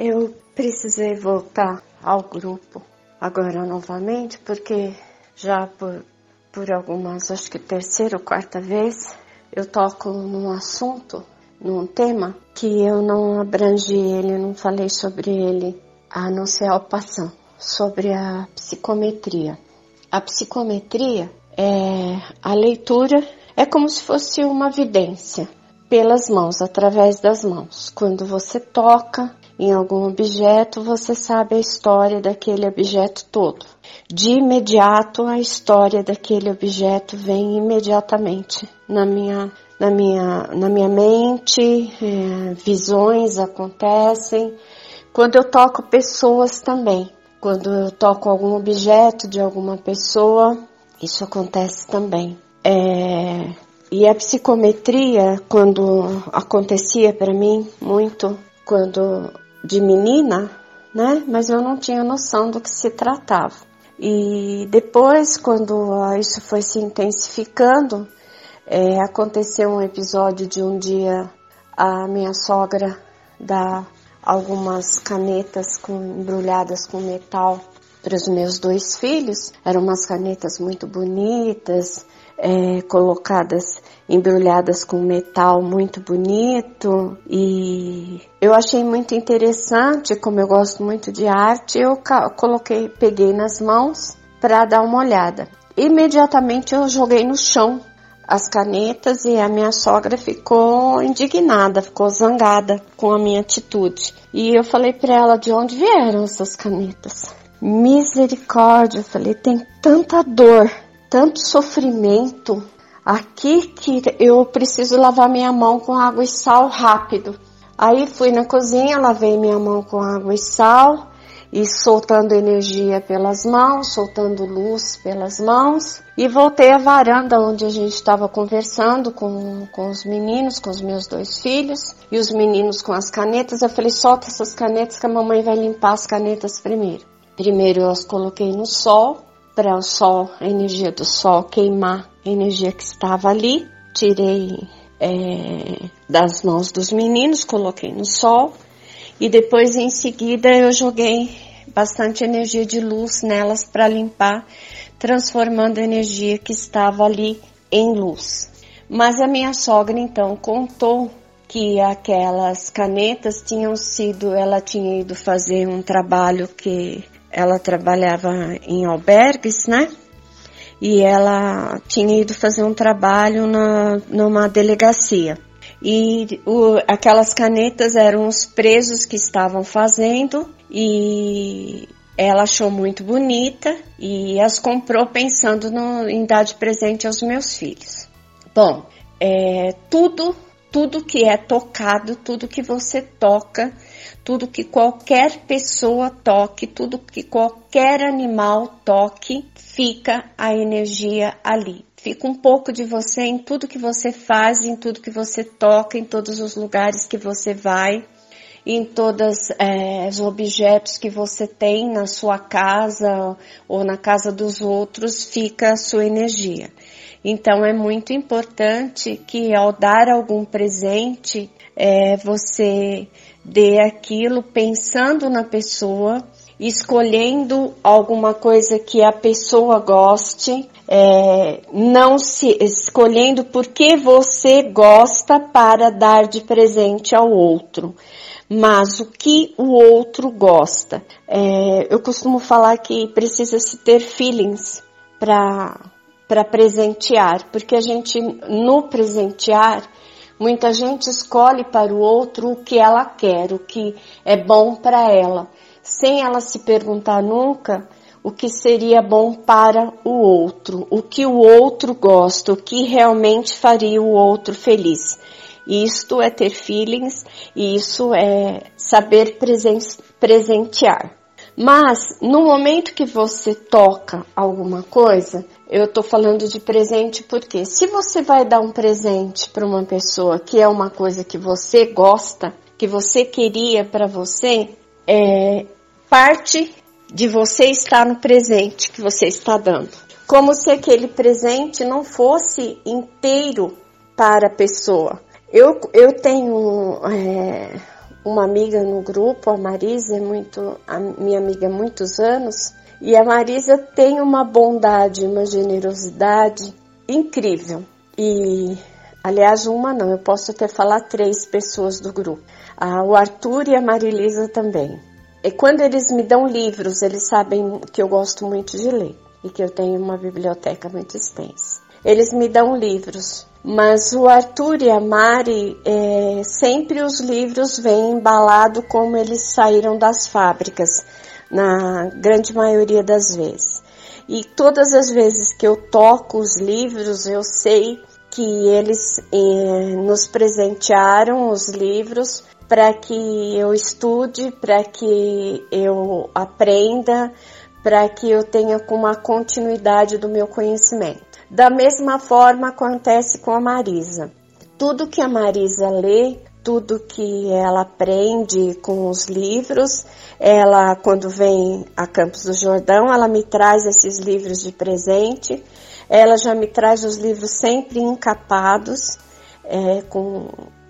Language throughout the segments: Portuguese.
Eu precisei voltar ao grupo agora novamente, porque já por algumas, acho que terceira ou quarta vez, eu toco num assunto, num tema, que eu não abrangi ele, não falei sobre ele, a não ser a passão, sobre a psicometria. A psicometria é a leitura, é como se fosse uma vidência pelas mãos, através das mãos. Quando você toca em algum objeto, você sabe a história daquele objeto todo. De imediato, a história daquele objeto vem imediatamente na minha mente, visões acontecem. Quando eu toco pessoas também, quando eu toco algum objeto de alguma pessoa, isso acontece também. E a psicometria, quando acontecia para mim muito, quando de menina, né? Mas eu não tinha noção do que se tratava. E depois, quando isso foi se intensificando, aconteceu um episódio de um dia a minha sogra dar algumas canetas embrulhadas com metal para os meus 2 filhos. Eram umas canetas muito bonitas, colocadas, embrulhadas com metal muito bonito, e eu achei muito interessante, como eu gosto muito de arte, eu peguei nas mãos para dar uma olhada. Imediatamente eu joguei no chão as canetas e a minha sogra ficou indignada, ficou zangada com a minha atitude. E eu falei para ela de onde vieram essas canetas. Misericórdia, eu falei, tem tanta dor, tanto sofrimento aqui que eu preciso lavar minha mão com água e sal rápido. Aí fui na cozinha, lavei minha mão com água e sal e soltando energia pelas mãos, soltando luz pelas mãos, e voltei à varanda onde a gente estava conversando com os meninos, com os meus 2 filhos, e os meninos com as canetas. Eu falei, solta essas canetas que a mamãe vai limpar as canetas primeiro. Primeiro eu as coloquei no sol, para o sol, a energia do sol queimar a energia que estava ali. Tirei das mãos dos meninos, coloquei no sol e depois em seguida eu joguei bastante energia de luz nelas para limpar, transformando a energia que estava ali em luz. Mas a minha sogra então contou que aquelas canetas ela tinha ido fazer um trabalho que ela trabalhava em albergues, né? E ela tinha ido fazer um trabalho numa delegacia. E aquelas canetas eram os presos que estavam fazendo, e ela achou muito bonita e as comprou pensando em dar de presente aos meus filhos. Bom, tudo que é tocado, tudo que você toca, tudo que qualquer pessoa toque, tudo que qualquer animal toque, fica a energia ali. Fica um pouco de você em tudo que você faz, em tudo que você toca, em todos os lugares que você vai, em todos os objetos que você tem na sua casa ou na casa dos outros, fica a sua energia. Então é muito importante que ao dar algum presente, você dê aquilo pensando na pessoa, escolhendo alguma coisa que a pessoa goste, não se escolhendo porque você gosta para dar de presente ao outro, mas o que o outro gosta. Eu costumo falar que precisa se ter feelings para presentear, porque a gente, no presentear, muita gente escolhe para o outro o que ela quer, o que é bom para ela, sem ela se perguntar nunca o que seria bom para o outro, o que o outro gosta, o que realmente faria o outro feliz. Isto é ter feelings, e isso é saber presentear. Mas, no momento que você toca alguma coisa, eu estou falando de presente porque se você vai dar um presente para uma pessoa que é uma coisa que você gosta, que você queria para você, parte de você estar no presente que você está dando. Como se aquele presente não fosse inteiro para a pessoa. Eu tenho uma amiga no grupo, a Marisa, a minha amiga há muitos anos, e a Marisa tem uma bondade, uma generosidade incrível. E, aliás, uma não, eu posso até falar 3 pessoas do grupo. O Arthur e a Marilisa também. E quando eles me dão livros, eles sabem que eu gosto muito de ler e que eu tenho uma biblioteca muito extensa. Eles me dão livros, mas o Arthur e a Mari, sempre os livros vêm embalados como eles saíram das fábricas, na grande maioria das vezes. E todas as vezes que eu toco os livros, eu sei que eles nos presentearam os livros para que eu estude, para que eu aprenda, para que eu tenha uma continuidade do meu conhecimento. Da mesma forma acontece com a Marisa. Tudo que a Marisa lê, tudo que ela aprende com os livros, ela, quando vem a Campos do Jordão, ela me traz esses livros de presente. Ela já me traz os livros sempre encapados, com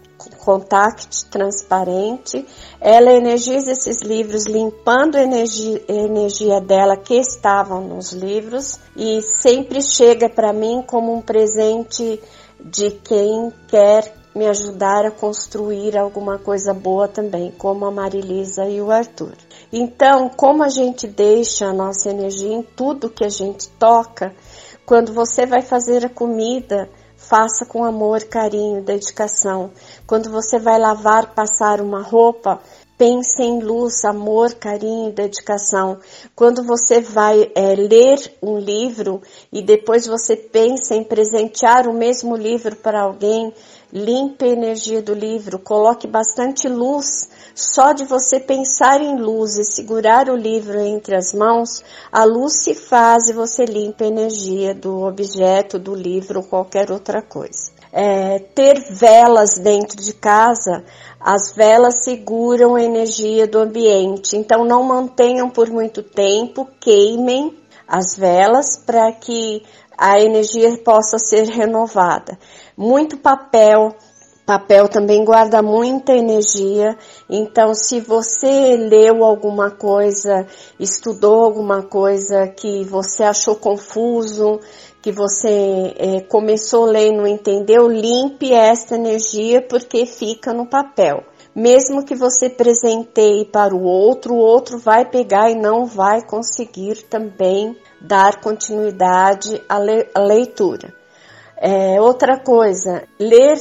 contact transparente. Ela energiza esses livros, limpando a energia dela que estavam nos livros, e sempre chega para mim como um presente de quem quer me ajudar a construir alguma coisa boa também, como a Marilisa e o Arthur. Então, como a gente deixa a nossa energia em tudo que a gente toca, quando você vai fazer a comida, faça com amor, carinho, dedicação. Quando você vai lavar, passar uma roupa, pense em luz, amor, carinho e dedicação. Quando você vai ler um livro e depois você pensa em presentear o mesmo livro para alguém, limpe a energia do livro, coloque bastante luz. Só de você pensar em luz e segurar o livro entre as mãos, a luz se faz e você limpa a energia do objeto, do livro ou qualquer outra coisa. Ter velas dentro de casa, as velas seguram a energia do ambiente, então não mantenham por muito tempo, queimem as velas para que a energia possa ser renovada. Muito papel também guarda muita energia, então se você leu alguma coisa, estudou alguma coisa que você achou confuso, que você começou a ler e não entendeu, limpe esta energia porque fica no papel. Mesmo que você presenteie para o outro vai pegar e não vai conseguir também dar continuidade à leitura. Outra coisa, ler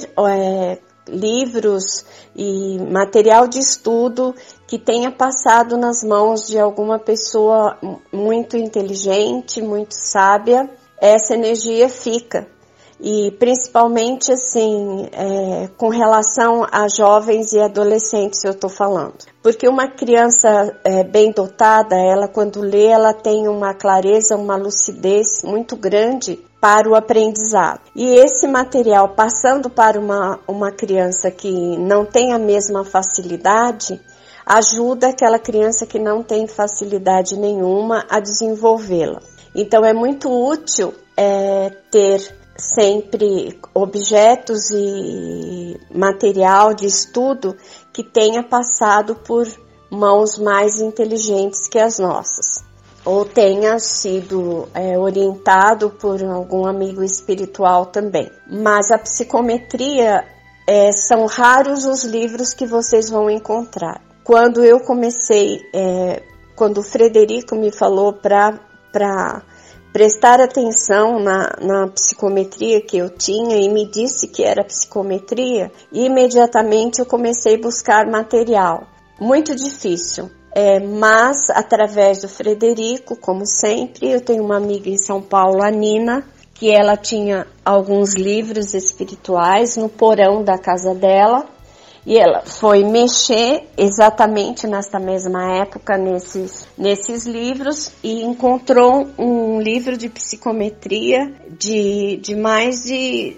livros e material de estudo que tenha passado nas mãos de alguma pessoa muito inteligente, muito sábia, essa energia fica. E principalmente assim, com relação a jovens e adolescentes eu estou falando. Porque uma criança bem dotada, ela quando lê, ela tem uma clareza, uma lucidez muito grande para o aprendizado. E esse material passando para uma criança que não tem a mesma facilidade, ajuda aquela criança que não tem facilidade nenhuma a desenvolvê-la. Então é muito útil ter sempre objetos e material de estudo que tenha passado por mãos mais inteligentes que as nossas, ou tenha sido orientado por algum amigo espiritual também. Mas a psicometria, são raros os livros que vocês vão encontrar. Quando eu comecei, quando o Frederico me falou para prestar atenção na psicometria que eu tinha e me disse que era psicometria, imediatamente eu comecei a buscar material. Muito difícil, mas através do Frederico, como sempre, eu tenho uma amiga em São Paulo, a Nina, que ela tinha alguns livros espirituais no porão da casa dela, e ela foi mexer exatamente nesta mesma época nesses livros e encontrou um livro de psicometria de mais de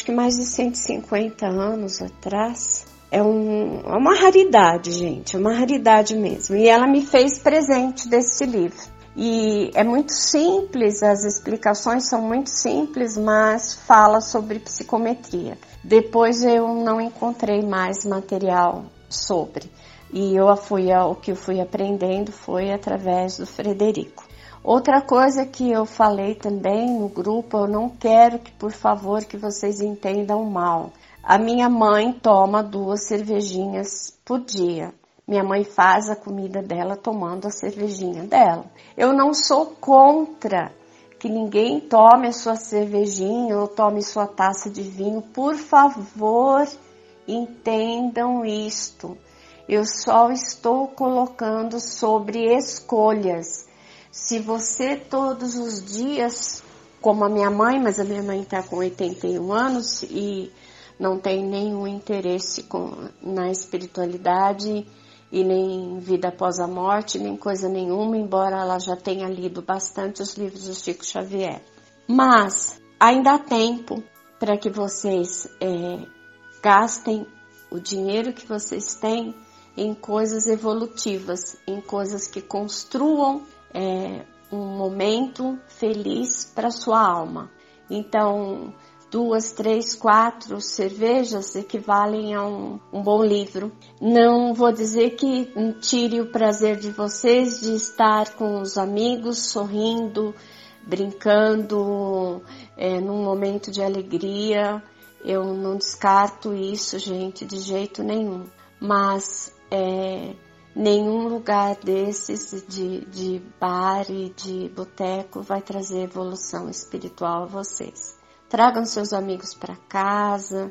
150 anos atrás. É uma raridade, gente, é uma raridade mesmo. E ela me fez presente desse livro. E é muito simples, as explicações são muito simples, mas fala sobre psicometria. Depois eu não encontrei mais material sobre. E o que eu fui aprendendo foi através do Frederico. Outra coisa que eu falei também no grupo, eu não quero que, por favor, que vocês entendam mal. A minha mãe toma 2 cervejinhas por dia. Minha mãe faz a comida dela tomando a cervejinha dela. Eu não sou contra que ninguém tome a sua cervejinha ou tome sua taça de vinho. Por favor, entendam isto. Eu só estou colocando sobre escolhas. Se você todos os dias, como a minha mãe, mas a minha mãe está com 81 anos e não tem nenhum interesse na espiritualidade e nem vida após a morte, nem coisa nenhuma, embora ela já tenha lido bastante os livros do Chico Xavier. Mas ainda há tempo para que vocês gastem o dinheiro que vocês têm em coisas evolutivas, em coisas que construam um momento feliz para sua alma. Então, 2, 3, 4 cervejas equivalem a um bom livro. Não vou dizer que tire o prazer de vocês de estar com os amigos, sorrindo, brincando, num momento de alegria. Eu não descarto isso, gente, de jeito nenhum. Mas nenhum lugar desses de bar e de boteco vai trazer evolução espiritual a vocês. Tragam seus amigos para casa,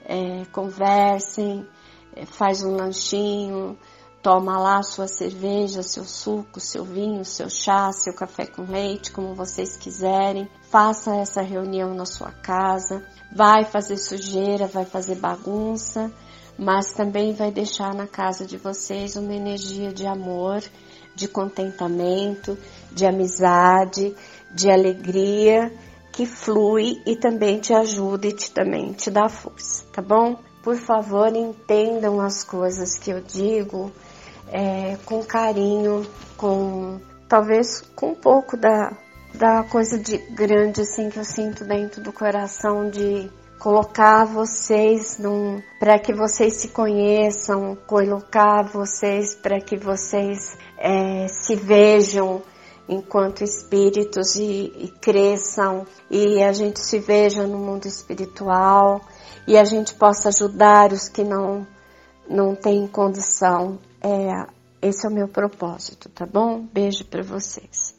conversem, faz um lanchinho, toma lá sua cerveja, seu suco, seu vinho, seu chá, seu café com leite, como vocês quiserem. Faça essa reunião na sua casa, vai fazer sujeira, vai fazer bagunça, mas também vai deixar na casa de vocês uma energia de amor, de contentamento, de amizade, de alegria, que flui e também te ajuda e também te dá força, tá bom? Por favor, entendam as coisas que eu digo com carinho, talvez com um pouco da coisa de grande assim que eu sinto dentro do coração de colocar vocês para que vocês se conheçam, colocar vocês para que vocês se vejam enquanto espíritos e cresçam e a gente se veja no mundo espiritual e a gente possa ajudar os que não têm condição. Esse é o meu propósito, tá bom? Beijo para vocês.